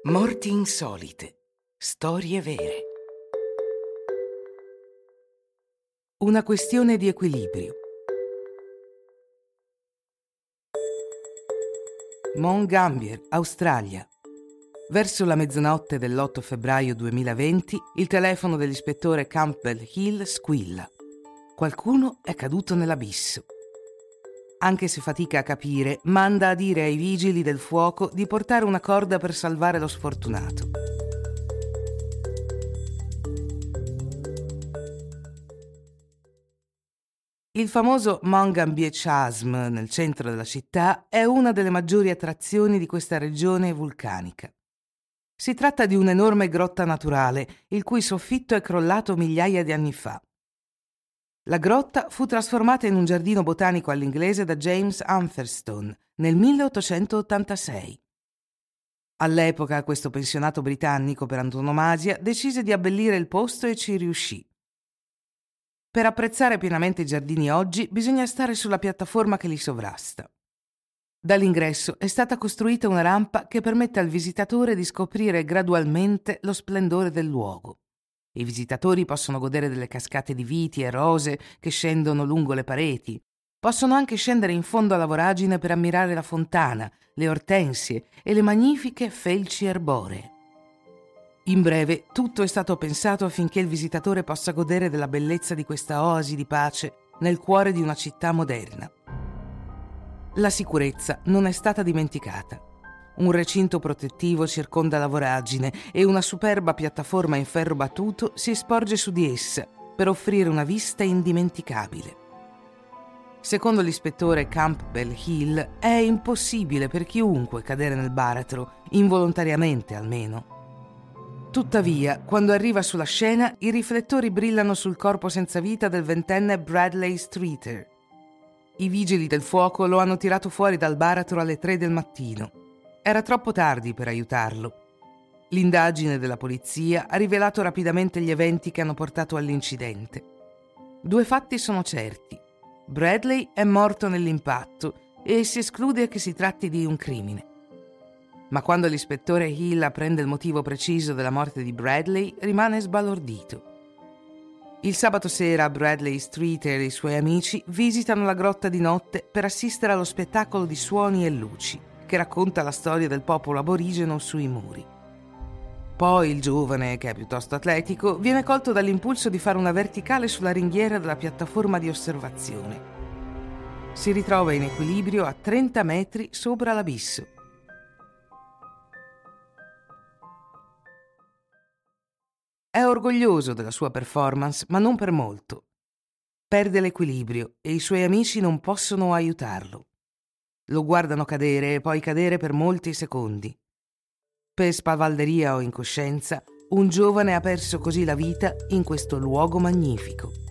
Morti insolite. Storie vere. Una questione di equilibrio. Mount Gambier, Australia. Verso la mezzanotte dell'8 febbraio 2020, il telefono dell'ispettore Campbell Hill squilla. Qualcuno è caduto nell'abisso. Anche se fatica a capire, manda a dire ai vigili del fuoco di portare una corda per salvare lo sfortunato. Il famoso Mount Gambier Chasm, nel centro della città, è una delle maggiori attrazioni di questa regione vulcanica. Si tratta di un'enorme grotta naturale, il cui soffitto è crollato migliaia di anni fa. La grotta fu trasformata in un giardino botanico all'inglese da James Atherstone nel 1886. All'epoca questo pensionato britannico per antonomasia decise di abbellire il posto e ci riuscì. Per apprezzare pienamente i giardini oggi bisogna stare sulla piattaforma che li sovrasta. Dall'ingresso è stata costruita una rampa che permette al visitatore di scoprire gradualmente lo splendore del luogo. I visitatori possono godere delle cascate di viti e rose che scendono lungo le pareti. Possono anche scendere in fondo alla voragine per ammirare la fontana, le ortensie e le magnifiche felci erboree. In breve, tutto è stato pensato affinché il visitatore possa godere della bellezza di questa oasi di pace nel cuore di una città moderna. La sicurezza non è stata dimenticata. Un recinto protettivo circonda la voragine e una superba piattaforma in ferro battuto si sporge su di essa per offrire una vista indimenticabile. Secondo l'ispettore Campbell Hill è impossibile per chiunque cadere nel baratro, involontariamente almeno. Tuttavia, quando arriva sulla scena, i riflettori brillano sul corpo senza vita del ventenne Bradley Streeter. I vigili del fuoco lo hanno tirato fuori dal baratro alle 3 del mattino. Era troppo tardi per aiutarlo. L'indagine della polizia ha rivelato rapidamente gli eventi che hanno portato all'incidente. 2 fatti sono certi. Bradley è morto nell'impatto e si esclude che si tratti di un crimine. Ma quando l'ispettore Hill apprende il motivo preciso della morte di Bradley, rimane sbalordito. Il sabato sera Bradley Streeter e i suoi amici visitano la grotta di notte per assistere allo spettacolo di suoni e luci che racconta la storia del popolo aborigeno sui muri. Poi il giovane, che è piuttosto atletico, viene colto dall'impulso di fare una verticale sulla ringhiera della piattaforma di osservazione. Si ritrova in equilibrio a 30 metri sopra l'abisso. È orgoglioso della sua performance, ma non per molto. Perde l'equilibrio e i suoi amici non possono aiutarlo. Lo guardano cadere e poi cadere per molti secondi. Per spavalderia o incoscienza, un giovane ha perso così la vita in questo luogo magnifico.